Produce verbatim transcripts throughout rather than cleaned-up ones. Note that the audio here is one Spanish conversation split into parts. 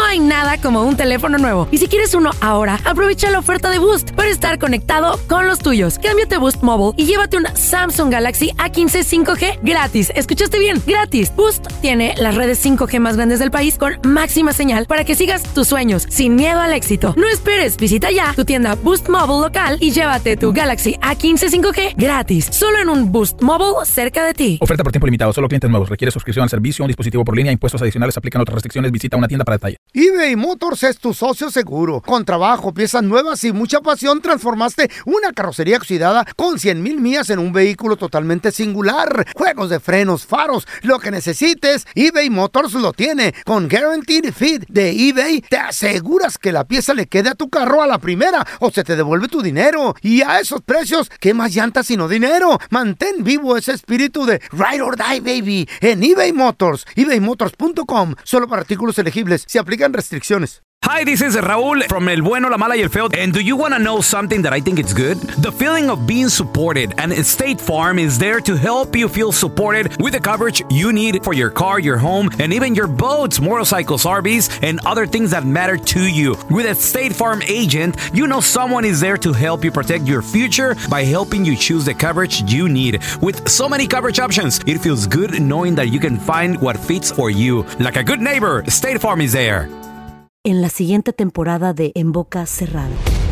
hay nada como un teléfono nuevo. Y si quieres uno ahora, aprovecha la oferta de Boost para estar conectado con los tuyos. Cámbiate a Boost Mobile y llévate un Samsung Galaxy A quince cinco G gratis. ¿Escuchaste bien? Gratis. Boost tiene las redes cinco G más grandes del país con máxima señal para que sigas tus sueños sin miedo al éxito. No esperes, visita ya tu tienda Boost Mobile local y llévate tu Galaxy A quince cinco G gratis. Solo en un Boost Mobile cerca de ti. Oferta por tiempo limitado. Solo clientes nuevos. Requiere suscripción al servicio, un dispositivo por línea, impuestos adicionales, aplican otras restricciones. Visita una tienda para detalle. eBay Motors es tu socio seguro. Con trabajo, piezas nuevas y mucha pasión, transformaste una carrocería oxidada con cien mil millas en un vehículo totalmente singular. Juegos de frenos, faros, lo que necesites, eBay Motors lo tiene. Con Guaranteed Fit de eBay, te aseguras que la pieza le quede a tu carro a la primera o se te devuelve tu dinero. Y a esos precios, ¿qué más llantas sino dinero? Mantén vivo ese espíritu de Ride or Die, baby, en eBay Motors. ebay motors punto com. Solo para artículos elegibles. Se aplican restricciones. Hi, this is Raúl from El Bueno, La Mala y El Feo. And do you want to know something that I think is good? The feeling of being supported. And State Farm is there to help you feel supported with the coverage you need for your car, your home, and even your boats, motorcycles, R Vs, and other things that matter to you. With a State Farm agent, you know someone is there to help you protect your future by helping you choose the coverage you need. With so many coverage options, it feels good knowing that you can find what fits for you. Like a good neighbor, State Farm is there. En la siguiente temporada de En Boca Cerrada.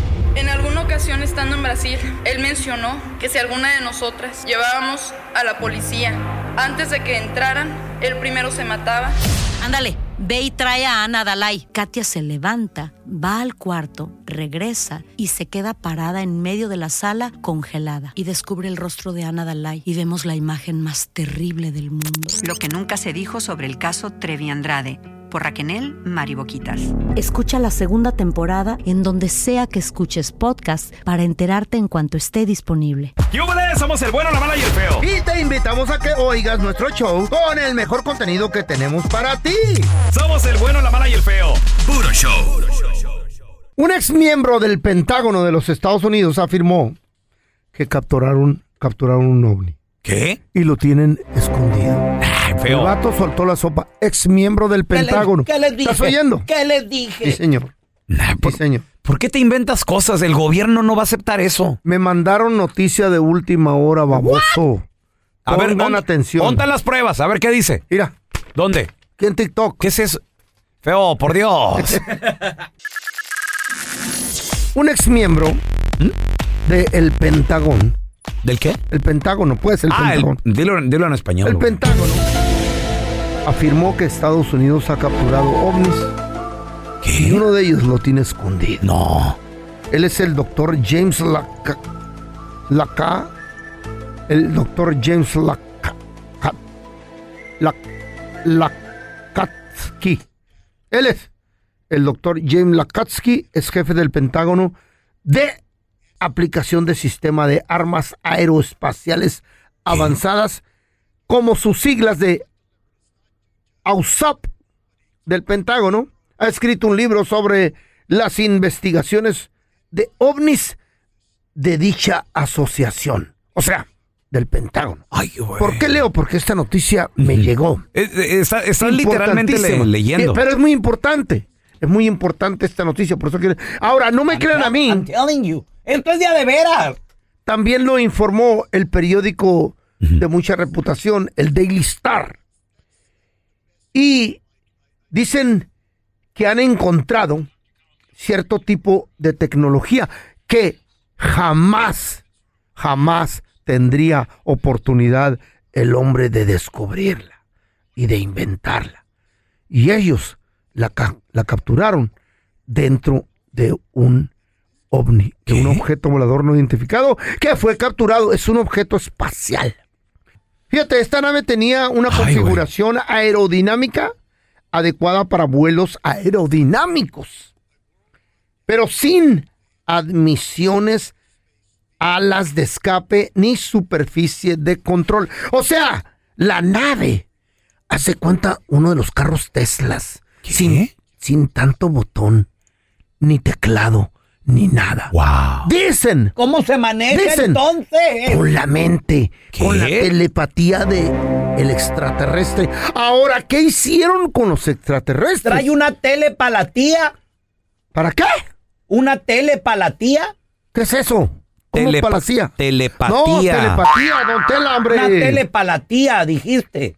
En alguna ocasión estando en Brasil, él mencionó que si alguna de nosotras llevábamos a la policía antes de que entraran, él primero se mataba. Ándale, ve y trae a Ana Dalai. Katia se levanta, va al cuarto, regresa y se queda parada en medio de la sala congelada. Y descubre el rostro de Ana Dalai y vemos la imagen más terrible del mundo. Lo que nunca se dijo sobre el caso Trevi Andrade, por Raquel Mariboquitas. Escucha la segunda temporada en donde sea que escuches podcast para enterarte en cuanto esté disponible. ¡Yúbales! Somos El Bueno, La Mala y El Feo. Y te invitamos a que oigas nuestro show con el mejor contenido que tenemos para ti. Somos El Bueno, La Mala y El Feo. Puro show. Un ex miembro del Pentágono de los Estados Unidos afirmó que capturaron, capturaron un ovni. ¿Qué? Y lo tienen escondido. Ay, feo. El vato soltó la sopa. Ex miembro del Pentágono. ¿Qué les dije? ¿Estás oyendo? ¿Qué les dije? Sí, señor. Nah, por, sí, señor. ¿Por qué te inventas cosas? El gobierno no va a aceptar eso. Me mandaron noticia de última hora, baboso. A ver, Pongan on, atención. Ponte las pruebas. A ver qué dice. Mira. ¿Dónde? ¿Qué en TikTok? ¿Qué es eso? Feo, por Dios. Un ex miembro ¿Mm? del Pentágono. ¿Del qué? El Pentágono, pues, el ah, Pentágono. El, dilo, dilo en español. El güey. Pentágono afirmó que Estados Unidos ha capturado ovnis. ¿Qué? Y uno de ellos lo tiene escondido. No. Él es el doctor James Laca... Laca... El doctor James Laca... La... Lakatsky. Él es el doctor James Lakatsky, es jefe del Pentágono de aplicación de sistema de armas aeroespaciales avanzadas, como sus siglas de A U S A P del Pentágono. Ha escrito un libro sobre las investigaciones de ovnis de dicha asociación, o sea, del Pentágono. Ay, güey. ¿Por qué leo? Porque esta noticia me llegó. Está, está literalmente le, leyendo. Pero es muy importante. Es muy importante esta noticia, por eso quiero... Ahora, no me I'm crean a mí. I'm telling you. Esto es de veras. También lo informó el periódico uh-huh. de mucha reputación, el Daily Star. Y dicen que han encontrado cierto tipo de tecnología que jamás, jamás tendría oportunidad el hombre de descubrirla y de inventarla. Y ellos la, ca- la capturaron dentro de un ovni, de un objeto volador no identificado que fue capturado. Es un objeto espacial. Fíjate, esta nave tenía una Ay, configuración güey. aerodinámica adecuada para vuelos aerodinámicos, pero sin admisiones, alas de escape ni superficie de control. O sea, la nave hace cuenta uno de los carros Teslas, sin, sin tanto botón, ni teclado, ni nada. Wow. Dicen. ¿Cómo se maneja dicen, entonces? Con la mente, ¿Qué? con la telepatía de el extraterrestre. Ahora, ¿qué hicieron con los extraterrestres? Trae una tele para la tía. ¿Para qué? ¿Una tele para la tía? ¿Qué es eso? ¿Cómo Telepa- para la tía? Telepatía. No, telepatía, don Tela, hombre. Una tele para la tía, dijiste.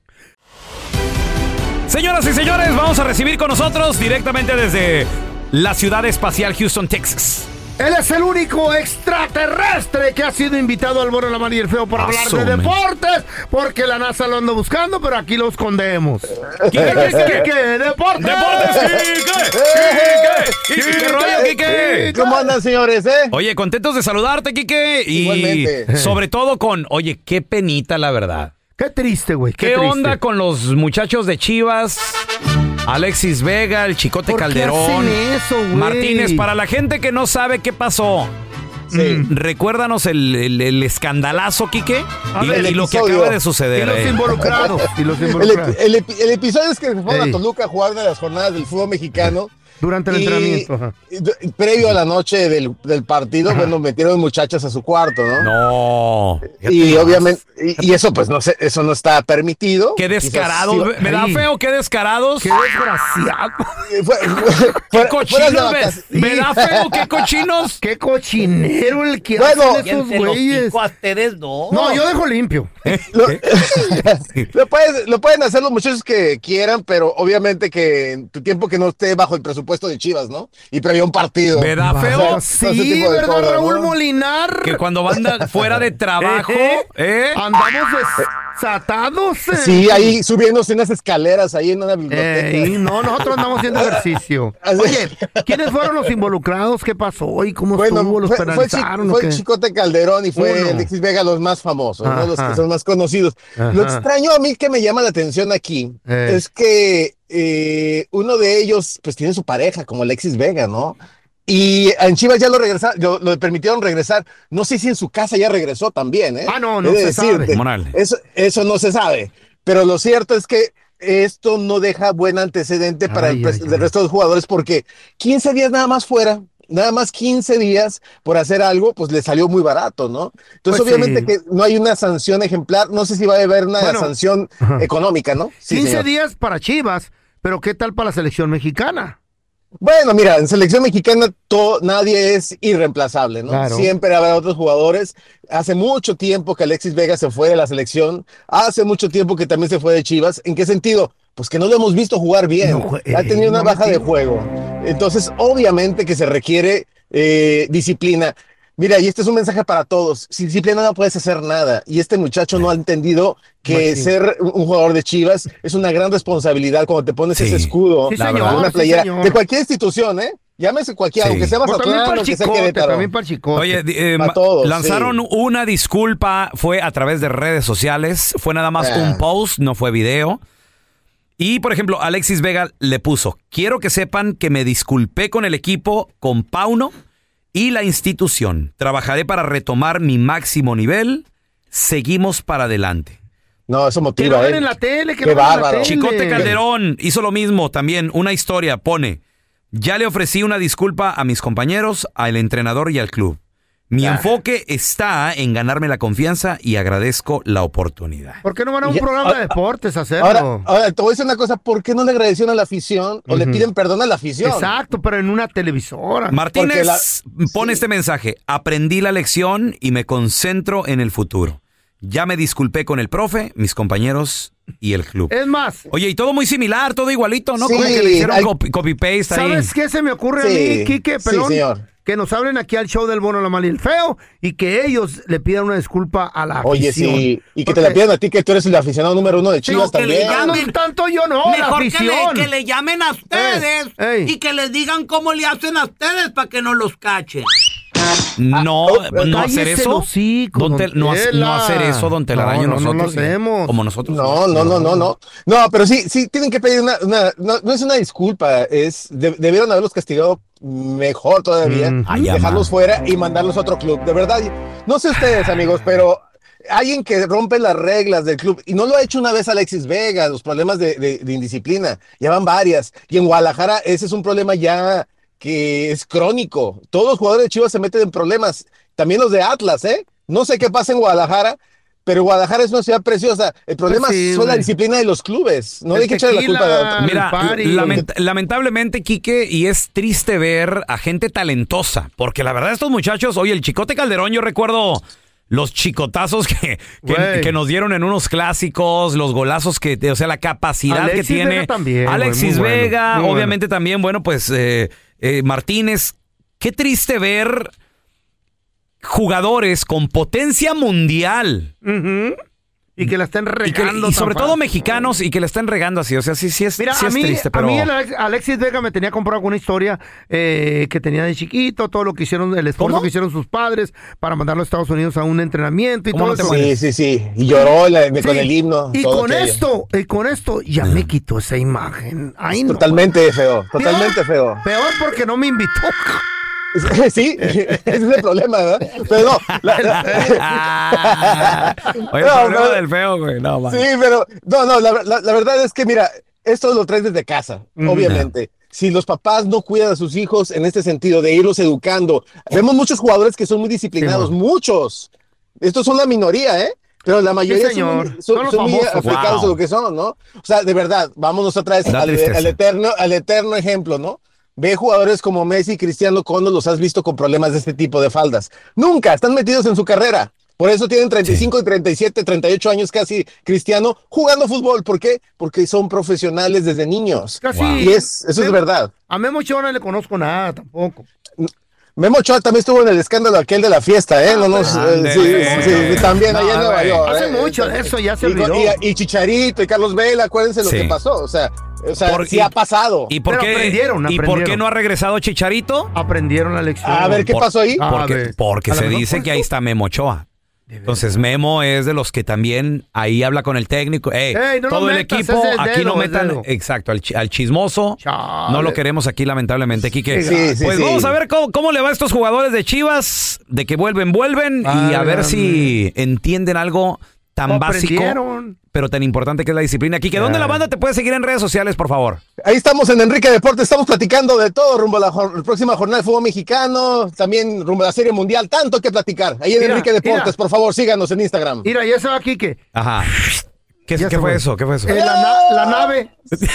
Señoras y señores, vamos a recibir con nosotros directamente desde la ciudad espacial Houston, Texas. Él es el único extraterrestre que ha sido invitado al Bueno, la Mala y el Feo para hablar de Asume. deportes, porque la NASA lo anda buscando, pero aquí lo escondemos. ¿Qué, qué, qué, ¿Qué? ¿Deportes? ¡Deportes, Quique! ¡Quique! ¿Qué rollo, Quique? ¿Cómo andan, señores, eh? Oye, contentos de saludarte, Quique. Y Igualmente. sobre todo con, oye, qué penita, la verdad. Qué triste, güey. ¿Qué, Qué, triste. onda con los muchachos de Chivas? Alexis Vega, el Chicote ¿Por qué Calderón. hacen eso, güey? Martínez, para la gente que no sabe qué pasó. Sí. Recuérdanos el, el- el escandalazo, Quique, A y, ver, y el lo que episodio. acaba de Y suceder. los eh. involucrados. Y los El, involucrados. epi- el epi- el episodio es que se fueron Ey. a Toluca a jugar una de las jornadas del fútbol mexicano. Durante el y- entrenamiento. Ajá. y d- previo a la noche del, del partido, bueno, metieron muchachas a su cuarto, ¿no? No. Y obviamente, y, y eso pues no sé, eso no está permitido. Qué Quizás descarados. sí- Me da Ay. feo, qué descarados. Qué desgraciado. eh, fue- fue- Qué fuera- fuera de cochinos. vacaciones. Me, me da feo, qué cochinos. Qué cochinero el que Bueno, hacen ¿Quién esos se los güeyes. dijo a ustedes dos? No, yo dejo limpio. Lo, lo puedes- lo pueden hacer los muchachos que quieran, pero obviamente que en tu tiempo que no esté bajo el presupuesto de Chivas, ¿no? Y previo a un partido. Me da feo todo ese Sí, tipo de ¿verdad, cosas, Raúl ¿no? Molinar? que cuando van da- fuera de trabajo, ¿eh? Andamos desatados. eh. Sí, ahí subiéndose unas escaleras ahí en una biblioteca. Ey, no, nosotros andamos haciendo ejercicio. Así- Oye, ¿quiénes fueron los involucrados? ¿Qué pasó? ¿Y cómo Bueno, estuvo? ¿Los fue, fue, Chi- penalizaron o fue qué? Chicote Calderón y fue Uno. Alexis Vega los más famosos, ¿no? Los Ajá. que son más conocidos. Ajá. Lo extraño a mí que me llama la atención aquí Eh. es que eh, uno de ellos pues tiene su pareja como Alexis Vega, ¿no? Y en Chivas ya lo regresaron, lo, lo permitieron regresar. No sé si en su casa ya regresó también, ¿eh? Ah, no, no He de se sabe. decirte, Moral. Eso, eso no se sabe. Pero lo cierto es que esto no deja buen antecedente para Ay, el, pres- ay, el ay. resto de los jugadores porque quince días nada más fuera, nada más quince días por hacer algo, pues le salió muy barato, ¿no? Entonces, Pues obviamente sí. que no hay una sanción ejemplar, no sé si va a haber una Bueno, sanción ajá. económica, ¿no? Sí, quince señor. días para Chivas, pero ¿qué tal para la selección mexicana? Bueno, mira, en selección mexicana to- nadie es irreemplazable, ¿no? Claro. Siempre habrá otros jugadores. Hace mucho tiempo que Alexis Vega se fue de la selección, hace mucho tiempo que también se fue de Chivas. ¿En qué sentido? Pues que no lo hemos visto jugar bien. No jue- ha tenido eh, una no baja de metido. juego. Entonces, obviamente que se requiere eh, disciplina. Mira, y este es un mensaje para todos. Sin disciplina no puedes hacer nada. Y este muchacho no ha entendido que Machín. ser un un jugador de Chivas es una gran responsabilidad cuando te pones Sí. ese escudo, Sí, la señor, verdad, una sí, playera señor. de cualquier institución, ¿eh? Llámese cualquiera, Sí. aunque sea O también Mazatlán, para el aunque sea chicote, Querétaro. también para el chicote. Oye, di- eh, Pa' ma- todos, lanzaron sí. una disculpa, fue a través de redes sociales, fue nada más Ah. un post, no fue video. Y, por ejemplo, Alexis Vega le puso, quiero que sepan que me disculpé con el equipo, con Pauno y la institución. Trabajaré para retomar mi máximo nivel. Seguimos para adelante. No, eso que motiva, lo ven ¿eh? en la tele, que Qué lo ven en la bárbaro. tele. Chicote Calderón hizo lo mismo también, una historia, pone, ya le ofrecí una disculpa a mis compañeros, al entrenador y al club. Mi Ah. enfoque está en ganarme la confianza y agradezco la oportunidad. ¿Por qué no van a un Ya- programa de ah, deportes a hacerlo? Ahora, ahora, te voy a decir una cosa, ¿por qué no le agradecieron a la afición o le Ujú. piden perdón a la afición? Exacto, pero en una televisora. Martínez Porque la- pone sí. este mensaje, aprendí la lección y me concentro en el futuro. Ya me disculpé con el profe, mis compañeros y el club. Es más, Oye, y todo muy similar, todo igualito, ¿no? Sí, Como que le hicieron hay- copy, copy-paste ahí. ¿sabes qué se me ocurre a Sí, mí, Quique, sí, pelón? señor. Que nos hablen aquí al show del Bueno, la Mala y el Feo y que ellos le pidan una disculpa a la Oye, afición. sí, y que Porque- te la pidan a ti, que tú eres el aficionado número uno de Chivas que le también. Ah, no, llamen. tanto yo no, la Mejor que afición. le, que le llamen a ustedes Ey, ey. y que les digan cómo le hacen a ustedes para que no los cachen. No, oh, no hacer cállese eso. el hocico, Don don Tel- no, ha- Tela. no hacer eso, don Telaraño, No, no, no lo nosotros. ¿eh? hacemos. Como nosotros. No, no, no, no, no. No, pero sí, sí, tienen que pedir una, una no, no es una disculpa, es, de- debieron haberlos castigado mejor todavía, Mm. Ay, dejarlos ama. fuera y mandarlos a otro club. De verdad, no sé ustedes, amigos, pero alguien que rompe las reglas del club, y no lo ha hecho una vez Alexis Vega, los problemas de, de- de indisciplina, ya van varias. Y en Guadalajara ese es un problema ya que es crónico. Todos los jugadores de Chivas se meten en problemas, también los de Atlas, ¿eh? No sé qué pasa en Guadalajara, pero Guadalajara es una ciudad preciosa. El problema pues sí, son la disciplina de los clubes. No el hay que echarle la culpa a... Mira, lament- lamentablemente, Quique, y es triste ver a gente talentosa, porque la verdad estos muchachos, oye, el Chicote Calderón, yo recuerdo los chicotazos que, que, que nos dieron en unos clásicos, los golazos que, o sea, la capacidad Alexis que tiene. Vega también, Alexis bueno, Vega, bueno, obviamente bueno. también, bueno, pues eh, eh, Martínez. Qué triste ver jugadores con potencia mundial. Uh-huh. Y que la estén regando. Y, que, y sobre todo mexicanos y que la estén regando así. O sea, sí, sí es, Mira, sí a es mí, triste, pero... A mí el Alex, Alexis Vega me tenía comprado con una historia eh, que tenía de chiquito, todo lo que hicieron, el esfuerzo ¿Cómo? que hicieron sus padres para mandarlo a Estados Unidos a un entrenamiento y todo no te eso. Sí, sí, sí. Y lloró la, Sí. con el himno. Y todo con aquello. esto, y con esto ya me quitó esa imagen. Ay, no. Totalmente feo, totalmente feo. Peor porque no me invitó. Sí, ese es el problema, ¿verdad? Pero no. La, la... Oye, el no, problema pero, del feo, güey. No, man. sí, pero no, no, la, la, la verdad es que, mira, esto lo traes desde casa, mm, obviamente. No. Si los papás no cuidan a sus hijos en este sentido de irlos educando, vemos muchos jugadores que son muy disciplinados, sí, muchos. Estos son la minoría, ¿eh? Pero la mayoría sí, son, son, son, son muy aplicados wow. a lo que son, ¿no? O sea, de verdad, vámonos otra vez al, al, eterno, al eterno ejemplo, ¿no? Ve jugadores como Messi y Cristiano, ¿cuándo los has visto con problemas de este tipo de faldas? Nunca, están metidos en su carrera. Por eso tienen treinta y cinco, sí. treinta y siete, treinta y ocho años casi Cristiano jugando fútbol. ¿Por qué? Porque son profesionales desde niños. Casi. Wow. Y es, eso Memo, es verdad. A Memo Ochoa no le conozco nada tampoco. Memo Ochoa también estuvo en el escándalo aquel de la fiesta, ¿eh? No, no, eh, sí, sí, sí, también no, allá en Nueva York. Hace eh, mucho de eso, ya se y, olvidó. Y, y Chicharito y Carlos Vela, acuérdense lo sí. que pasó. O sea, o sea por, sí y, ha pasado. ¿Y por, qué, aprendieron, aprendieron. ¿Y por qué no ha regresado Chicharito? Aprendieron la lección. A ver, ¿qué por, pasó ahí? Porque, porque se dice que ahí está Memo Ochoa. Entonces Memo es de los que también ahí habla con el técnico. Ey, Ey, no todo el metas, equipo, aquí dedo, no metan, exacto, al, al chismoso. Chale. No lo queremos aquí lamentablemente, Quique. Sí, sí, pues sí. Vamos a ver cómo, cómo le va a estos jugadores de Chivas, de que vuelven, vuelven, Ay, y a ver si entienden algo tan básico, pero tan importante que es la disciplina. Quique, ¿dónde la banda te puede seguir en redes sociales, por favor? Ahí estamos en Enrique Deportes, estamos platicando de todo rumbo a la, la próxima jornada de fútbol mexicano, también rumbo a la Serie Mundial, tanto que platicar. Ahí en mira, Enrique Deportes, mira. Por favor, síganos en Instagram. Mira, ya se va Quique. Ajá. ¿Qué, ¿qué fue, fue eso? ¿Qué fue eso? Eh, la, na la nave.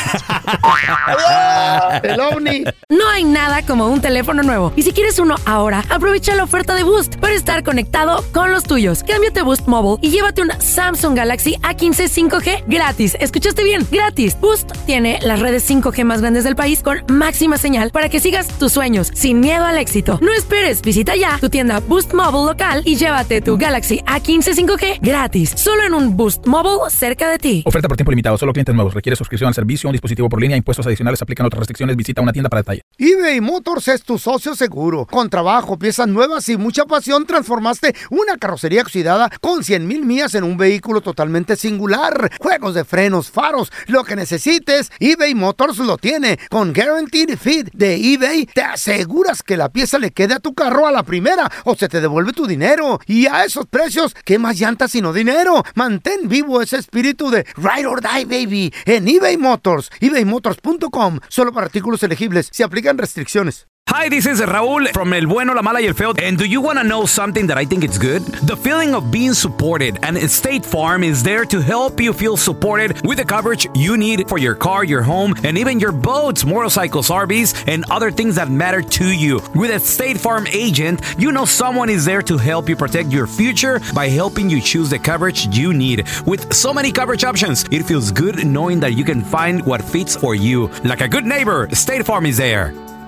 El ovni. No hay nada como un teléfono nuevo. Y si quieres uno ahora, aprovecha la oferta de Boost para estar conectado con los tuyos. Cámbiate a Boost Mobile y llévate un Samsung Galaxy A quince cinco G gratis. ¿Escuchaste bien? Gratis. Boost tiene las redes cinco G más grandes del país con máxima señal para que sigas tus sueños sin miedo al éxito. No esperes, visita ya tu tienda Boost Mobile local y llévate tu Galaxy A quince cinco G gratis. Solo en un Boost Mobile cerca de ti. Oferta por tiempo limitado, solo clientes nuevos. Requiere suscripción al servicio, un dispositivo por línea, impuestos adicionales, aplican otras restricciones. Visita una tienda para detalle. eBay Motors es tu socio seguro. Con trabajo, piezas nuevas y mucha pasión, transformaste una carrocería oxidada con cien mil millas en un vehículo totalmente singular. Juegos de frenos, faros, lo que necesites, eBay Motors lo tiene. Con Guaranteed Fit de eBay, te aseguras que la pieza le quede a tu carro a la primera o se te devuelve tu dinero. Y a esos precios, ¿qué más llantas sino dinero? Mantén vivo ese espíritu de Ride or Die, baby, en eBay Motors. ebay motors punto com. Solo para artículos elegibles. Se aplican restricciones. Hi, this is Raúl from El Bueno, La Mala y El Feo. And do you want to know something that I think is good? The feeling of being supported. And State Farm is there to help you feel supported with the coverage you need for your car, your home, and even your boats, motorcycles, R Vs, and other things that matter to you. With a State Farm agent, you know someone is there to help you protect your future by helping you choose the coverage you need. With so many coverage options, it feels good knowing that you can find what fits for you. Like a good neighbor, State Farm is there.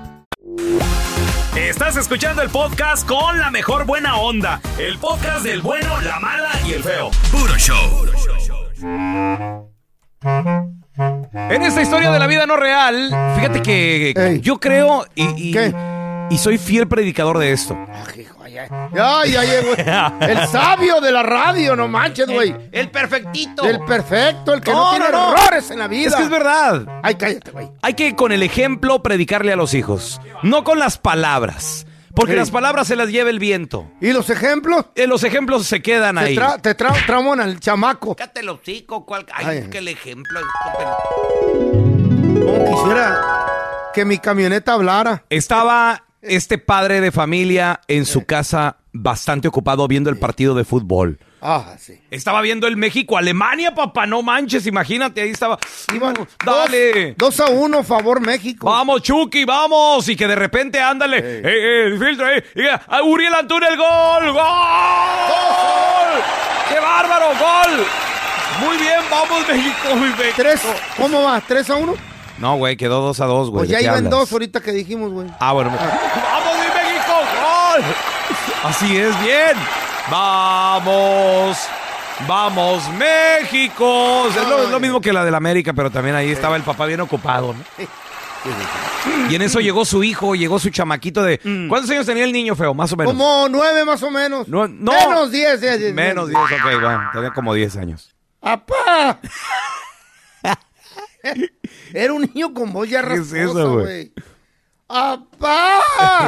Estás escuchando el podcast con la mejor buena onda. El podcast del bueno, la mala y el feo. Puro show. En esta historia de la vida no real, fíjate que Ey. yo creo y, y, y soy fiel predicador de esto. Ya, ya llegó. El sabio de la radio, no manches, güey. El, el perfectito. El perfecto, el que no, no tiene no, no. errores en la vida. Es que es verdad. Ay, cállate, güey. Hay que con el ejemplo predicarle a los hijos, no con las palabras. Porque sí. las palabras se las lleva el viento. ¿Y los ejemplos? Eh, los ejemplos se quedan te ahí. Tra te tra traumon al chamaco. Cállate el hocico. ¿Cuál? Ay, Ay, que el ejemplo. Como quisiera que mi camioneta hablara. Estaba este padre de familia en su casa bastante ocupado viendo el partido de fútbol. Ah, sí. Estaba viendo el México-Alemania, papá, no manches, imagínate, ahí estaba. Iban Dale. Dos, dos a uno, favor México. Vamos, Chucky, vamos. Y que de repente, ándale. Ey. Eh, eh, el filtro, eh. Y, ah, Uriel Antuna, el gol. ¡Gol! ¡Qué bárbaro! ¡Gol! Muy bien, vamos, México. México. Tres, ¿cómo va? ¿Tres a uno? No, güey, quedó dos a dos, güey. Pues ya iba en dos ahorita que dijimos, güey. Ah, bueno. ¡Vamos, mi México! ¡Gol! Así es, bien. ¡Vamos! ¡Vamos, México! Es lo, es lo mismo que la del América, pero también ahí estaba el papá bien ocupado, ¿no? Y en eso llegó su hijo, llegó su chamaquito de... ¿Cuántos años tenía el niño, feo? Más o menos. Como nueve, más o menos. No, no. Menos diez, diez, diez. Menos diez, ok, bueno. Tenía como diez años. ¡Apá! Era un niño con voz ya ¿Qué es rasposa, eso, güey? güey. ¡Apá!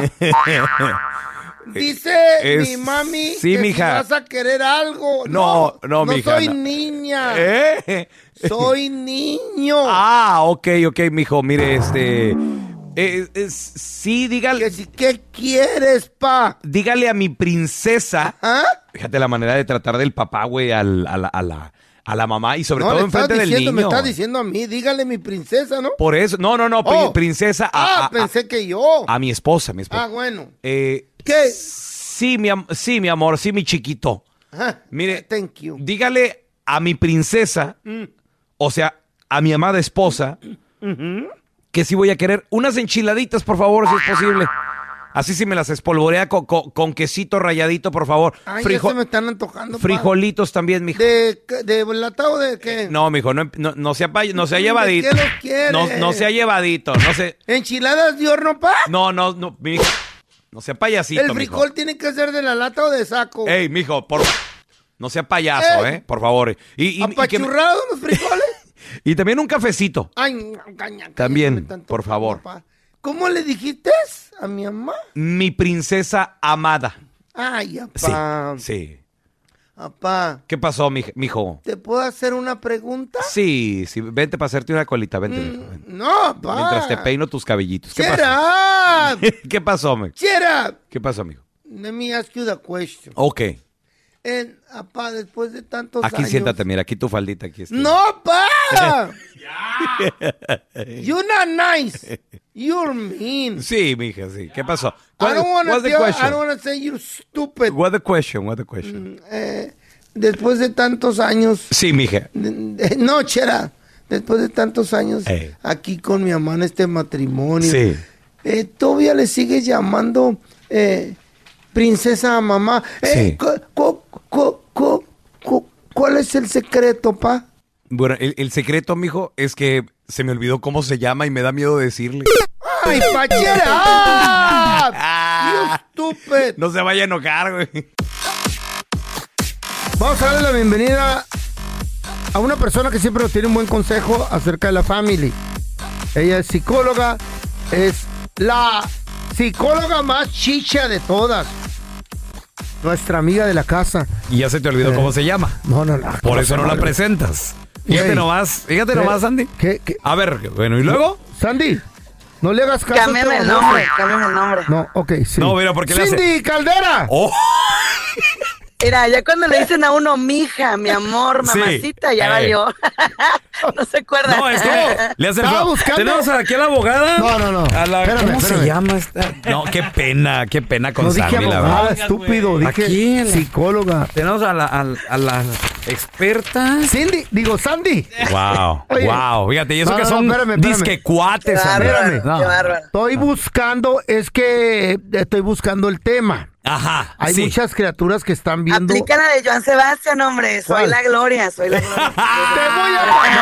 Dice Es- mi mami sí, que mija. si vas a querer algo. No, no, No mija, soy no. niña. ¿Eh? Soy niño. Ah, ok, ok, mijo. Mire, este... eh, es- sí, dígale... Que si, ¿qué quieres, pa? Dígale a mi princesa... ¿Ah? Fíjate la manera de tratar del papá, güey, al- a la, a la, a la mamá y sobre No, todo le estás enfrente del diciendo, niño. me estás diciendo a mí, dígale mi princesa, ¿no? Por eso, no, no, no, pri- Oh. princesa a, Ah, a- a- pensé que yo. a mi esposa, mi esposa. Ah, bueno. Eh, ¿Qué? Sí, mi, am- sí, mi amor, sí, mi chiquito. Ajá. Mire, Thank you. dígale a mi princesa, Mm. o sea, a mi amada esposa, que sí voy a querer unas enchiladitas, por favor, si es posible. Así sí me las espolvorea con, con- con quesito rayadito, por favor. Ay, Frijo- ya se me están antojando, pa. frijolitos también, mijo. ¿De, de enlatado de qué? No, mijo, no, no, no sea, pay- no sea ¿De llevadito. qué los quieres? No, no sea llevadito, no sé. ¿Enchiladas de horno, pa? No, no, no, mijo. No sea payasito, El mijo. frijol tiene que ser de la lata o de saco. Ey, mijo, por no sea payaso, Ey. eh, por favor. Y, y, y, que me- ¿Apachurrados los frijoles? y también un cafecito. Ay, no, caña, También, me están por tocando, favor. pa. ¿Cómo le dijiste a mi mamá? Mi princesa amada. Ay, Sí, apá. sí. Apá, ¿Qué pasó, mi- mijo? ¿te puedo hacer una pregunta? Sí, sí, vente para hacerte una colita, vente, mijo, Mm, vente. no, pa. Mientras te peino tus cabellitos. ¿Qué Shut pasó? up. ¿Qué pasó, mijo? Shut up. ¿Qué pasó, mijo? Let me ask you the question. Ok. En, apá, después de tantos Aquí años... siéntate, mira, aquí tu faldita, aquí está. ¡No, pa! You're not nice. You're mean. Sí, mija, sí. ¿Qué pasó? I don't wanna what's the tell- I question? don't wanna say you're stupid. What's the question? What's the question? Eh, después de tantos años... Sí, mija. de- de- no, chera. Después de tantos años Ey. aquí con mi mamá en este matrimonio. Sí. Eh, ¿Todavía le sigues llamando eh, princesa a mamá? Eh, Sí. cu- cu- cu- cu- cu- ¿Cuál es el secreto, pa? Bueno, el, el secreto, mijo, es que se me olvidó cómo se llama y me da miedo decirle. ¡Ay, pachera! ¡You stupid! No se vaya a enojar, güey. Vamos a darle la bienvenida a una persona que siempre nos tiene un buen consejo acerca de la family. Ella es psicóloga, es la psicóloga más chicha de todas. Nuestra amiga de la casa. Y ya se te olvidó Eh. cómo se llama. No, no, no. Por eso no la presentas. Fíjate Güey. nomás, fíjate ¿Qué? nomás, Sandy. ¿Qué, qué? A ver, bueno, ¿y luego? Sandy, no le hagas caso. Cámbiame a el este nombre, hombre. cámbiame el nombre. No, ok, sí. No, mira, ¿por qué le hace? Cindy Caldera. ¡Oh! Mira, ya cuando le dicen a uno, mija, mi amor, Sí. mamacita, ya Eh. valió. No se acuerda. No, es que le hace el Estaba feo. buscando- Tenemos aquí a la abogada. No, no, no. A la- Espérame, ¿Cómo espérame. se llama esta? No, qué pena, qué pena con No dije Sandy, la abogada, verdad. estúpido. Dije Aquí, en la- psicóloga. Tenemos a la, a, a la experta. Cindy, digo Sandy. Wow, Oye. wow. Fíjate, y eso No, que no, son espérame, espérame. disque cuates, Qué Sandy. bárbaro, No. qué bárbaro. Estoy buscando, es que estoy buscando el tema. Ajá, Hay sí. muchas criaturas que están viendo. Aplica la de Joan Sebastián, hombre. Soy ¿Cuál? la gloria, soy la gloria. ¡Te voy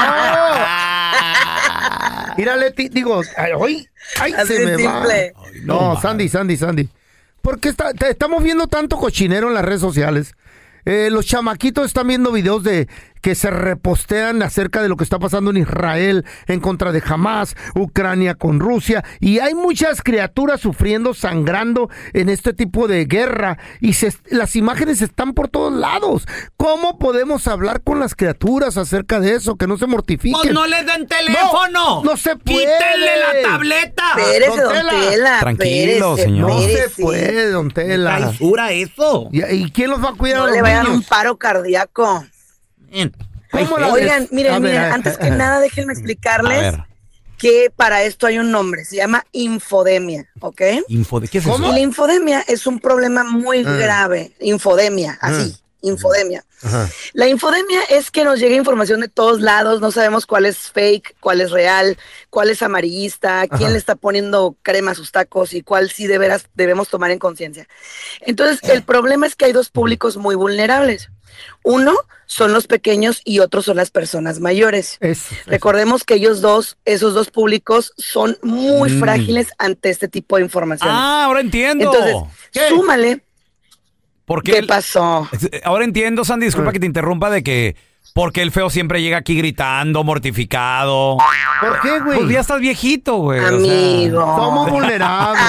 a... ¡No! Mira, Leti, digo, ay, ay, ay, Así se de me va. simple. Ay, No, ma. Sandy, Sandy, Sandy. Porque está, te- estamos viendo tanto cochinero en las redes sociales. Eh, los chamaquitos están viendo videos de que se repostean acerca de lo que está pasando en Israel en contra de Hamas, Ucrania con Rusia, y hay muchas criaturas sufriendo, sangrando en este tipo de guerra, y se, las imágenes están por todos lados. ¿Cómo podemos hablar con las criaturas acerca de eso? Que no se mortifiquen. Pues no les den teléfono. No, no se puede. Quítenle la tableta. Espérese, don Tela. Tranquilo, espérese, señor. No espérese. se puede, don Tela. Traisura eso. ¿Y, y quién los va a cuidar No a los le vayan a niños? un paro cardíaco. Bien. ¿Cómo la Oigan, ves? miren, A ver, miren, a- antes que nada déjenme A explicarles ver, que para esto hay un nombre, se llama infodemia, ¿ok? info de qué es ¿Cómo? Y eso? la infodemia es un problema muy Ah. grave, infodemia, así, infodemia. Ajá. La infodemia es que nos llega información de todos lados, no sabemos cuál es fake, cuál es real, cuál es amarillista, quién Ajá. le está poniendo crema a sus tacos y cuál sí de veras debemos tomar en conciencia. Entonces, el problema es que hay dos públicos muy vulnerables. Uno son los pequeños y otro son las personas mayores. Es- Recordemos que ellos dos, esos dos públicos, son muy Mm. frágiles ante este tipo de información. Ah, ahora entiendo. Entonces, ¿Qué? súmale. ¿Por ¿Qué pasó? Ahora entiendo, Sandy, disculpa que te interrumpa, de que porque el feo siempre llega aquí gritando, mortificado. ¿Por qué, güey? Pues ya estás viejito, güey. o sea. Amigo. Somos vulnerables.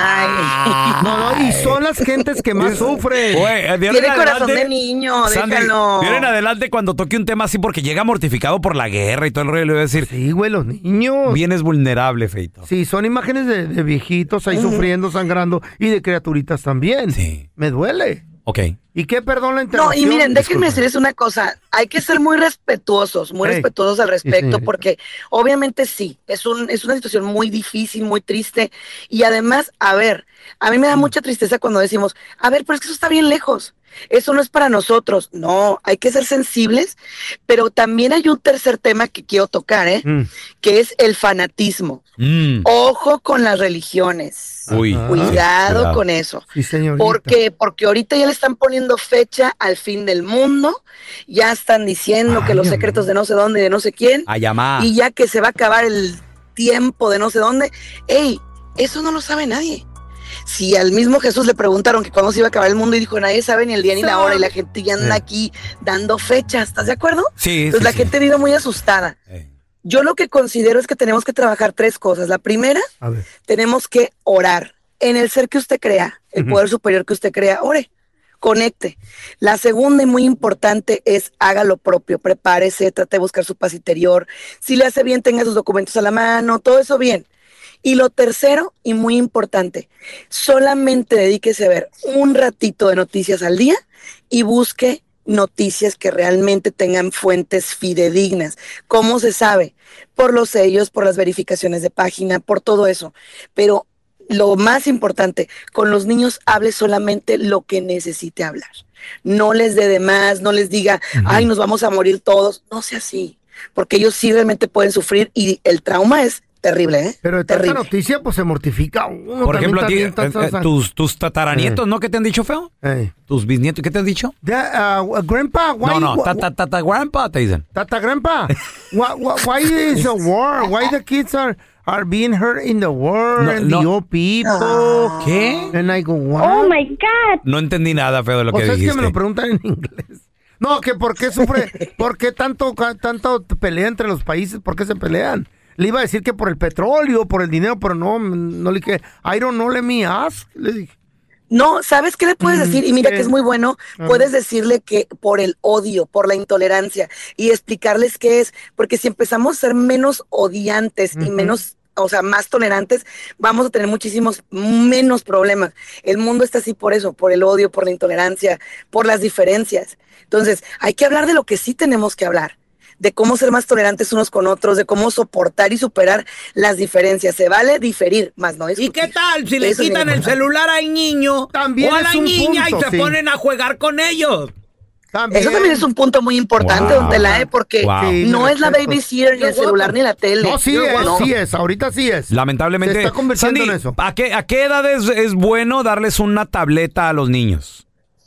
Ay. No, no, y son las gentes que más sufren. Güey, de ahora Tiene en corazón adelante, de niño, Sandy, déjalo. de ahora en adelante cuando toque un tema así porque llega mortificado por la guerra y todo el rollo, le voy a decir, Sí, güey, los niños. vienes vulnerable, feito. Sí, son imágenes de, de viejitos ahí sufriendo, sangrando, y de criaturitas también. Sí. Me duele. Ok. ¿Y qué, perdón, la No, interrupción? y miren, déjenme Disculpa. decirles una cosa. Hay que ser muy respetuosos, muy Ey. respetuosos al respecto, señorita. porque obviamente sí, es un, es una situación muy difícil, muy triste. Y además, a ver, a mí me da mucha tristeza cuando decimos, a ver, pero es que eso está bien lejos. Eso no es para nosotros. No, hay que ser sensibles, pero también hay un tercer tema que quiero tocar, ¿eh? Mm. Que es el fanatismo. Mm. Ojo con las religiones. Uy. Ajá. Cuidado, Cuidado. con eso. Sí, señorita. ¿Por qué? Porque ahorita ya le están poniendo fecha al fin del mundo, ya están diciendo que Ay, los amor. secretos de no sé dónde y de no sé quién, A llamar. y ya que se va a acabar el tiempo de no sé dónde. ¡Ey! Eso no lo sabe nadie. Si al mismo Jesús le preguntaron que cuándo se iba a acabar el mundo y dijo, nadie sabe ni el día ni la hora, y la gente ya anda Sí. aquí dando fechas, ¿estás de acuerdo? Sí, Entonces sí, la sí. gente vive muy asustada. Eh. Yo lo que considero es que tenemos que trabajar tres cosas. La primera, A ver. tenemos que orar en el ser que usted crea, el Ujú. poder superior que usted crea, ore, conecte. La segunda y muy importante es haga lo propio, prepárese, trate de buscar su paz interior. Si le hace bien, tenga sus documentos a la mano, todo eso bien. Y lo tercero y muy importante, solamente dedíquese a ver un ratito de noticias al día y busque noticias que realmente tengan fuentes fidedignas. ¿Cómo se sabe? Por los sellos, por las verificaciones de página, por todo eso. Pero lo más importante, con los niños hable solamente lo que necesite hablar. No les dé de más, no les diga, ay, nos vamos a morir todos. No sea así, porque ellos sí realmente pueden sufrir y el trauma es terrible, ¿eh? Pero de tanta terrible. noticia, pues se mortifica uno. Por también ejemplo, a ti, está bien, eh, está- eh, tus, tus tataranietos, ¿no? ¿Qué te han dicho, feo? Ey. Tus bisnietos, ¿qué te han dicho? Ya, uh, grandpa, why, No, no, why- tata, tata, grandpa, te dicen. Tata grandpa, why, why, why is a war? Why the kids are, are being hurt in the war No, and no. the old people? ¿Qué? And I go, what? Oh my God. No entendí nada, feo, de lo O que sea, es que dijiste. me lo preguntan en inglés. No, que por qué sufre, por qué tanto, tanto pelea entre los países, por qué se pelean. Le iba a decir que por el petróleo, por el dinero, pero no, no le dije, I don't know, let me ask. Le dije, No, ¿sabes qué le puedes Mm, decir? Y mira ¿qué? que es muy bueno, A puedes decirle que por el odio, por la intolerancia y explicarles qué es, porque si empezamos a ser menos odiantes y Ujú. menos, o sea, más tolerantes, vamos a tener muchísimos menos problemas. El mundo está así por eso, por el odio, por la intolerancia, por las diferencias. Entonces, hay que hablar de lo que sí tenemos que hablar, de cómo ser más tolerantes unos con otros, de cómo soportar y superar las diferencias. Se vale diferir, más no ¿Y discutir. qué tal si le Eso es quitan bien el celular al niño También o a es la un niña punto, y se sí. ponen a jugar con ellos? también. Eso también es un punto muy importante, Wow. don Telae, porque Wow. Sí, no mi es la respeto. babysitter, ni el celular, ni la tele. No, sí No, es, no. sí es, ahorita sí es. Lamentablemente. Se está convirtiendo Sandy, en eso. ¿a qué, ¿a qué edad es, es bueno darles una tableta a los niños?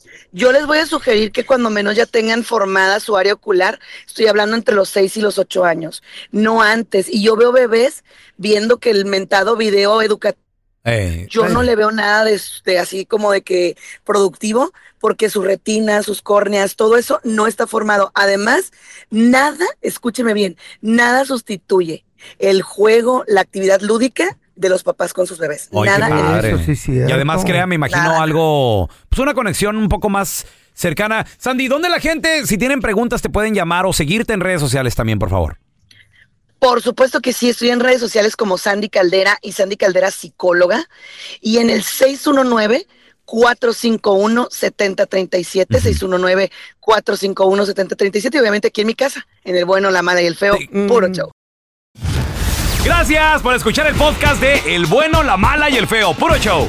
Yo les voy a sugerir que cuando menos ya tengan formada su área ocular, estoy hablando entre los seis y los ocho años, no antes. Y yo veo bebés viendo que el mentado video educativo Eh, Yo eh. no le veo nada de, de así como de que productivo, porque su retina, sus córneas, todo eso no está formado. Además, nada, escúcheme bien, nada sustituye el juego, la actividad lúdica de los papás con sus bebés. Oye, nada. qué padre. Eso sí es cierto. Y además, crea, me imagino Nada. algo, pues una conexión un poco más cercana. Sandy, ¿dónde la gente, si tienen preguntas, te pueden llamar o seguirte en redes sociales también, por favor? Por supuesto que sí, estoy en redes sociales como Sandy Caldera y Sandy Caldera Psicóloga. Y en el seis uno nueve, cuatro cinco uno, siete cero tres siete, uh-huh. seis uno nueve, cuatro cinco uno, siete cero tres siete, y obviamente aquí en mi casa, en El Bueno, la Mala y el Feo, sí. Puro show. Gracias por escuchar el podcast de El Bueno, la Mala y el Feo. Puro show.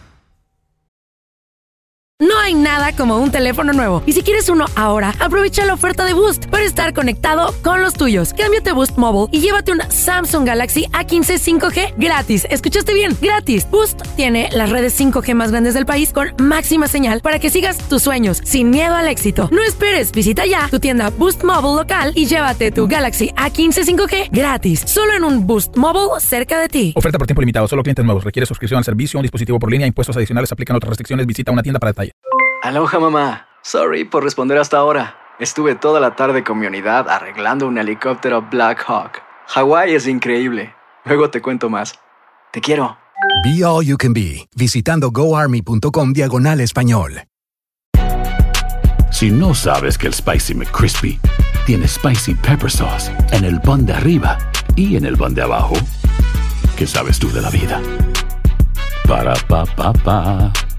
No hay nada como un teléfono nuevo. Y si quieres uno ahora, aprovecha la oferta de Boost para estar conectado con los tuyos. Cámbiate a Boost Mobile y llévate un Samsung Galaxy A quince cinco G gratis. ¿Escuchaste bien? Gratis. Boost tiene las redes cinco G más grandes del país con máxima señal para que sigas tus sueños sin miedo al éxito. No esperes, visita ya tu tienda Boost Mobile local y llévate tu Galaxy A quince cinco G gratis. Solo en un Boost Mobile cerca de ti. Oferta por tiempo limitado. Solo clientes nuevos. Requiere suscripción al servicio, un dispositivo por línea. Impuestos adicionales. Aplican otras restricciones. Visita una tienda para detalle. Aloha, mamá. Sorry por responder hasta ahora. Estuve toda la tarde con mi unidad arreglando un helicóptero Black Hawk. Hawái es increíble. Luego te cuento más. Te quiero. Be All You Can Be, visitando goarmy.com diagonal español. Si no sabes que el Spicy McCrispy tiene Spicy Pepper Sauce en el pan de arriba y en el pan de abajo, ¿qué sabes tú de la vida? Para, pa, pa, pa.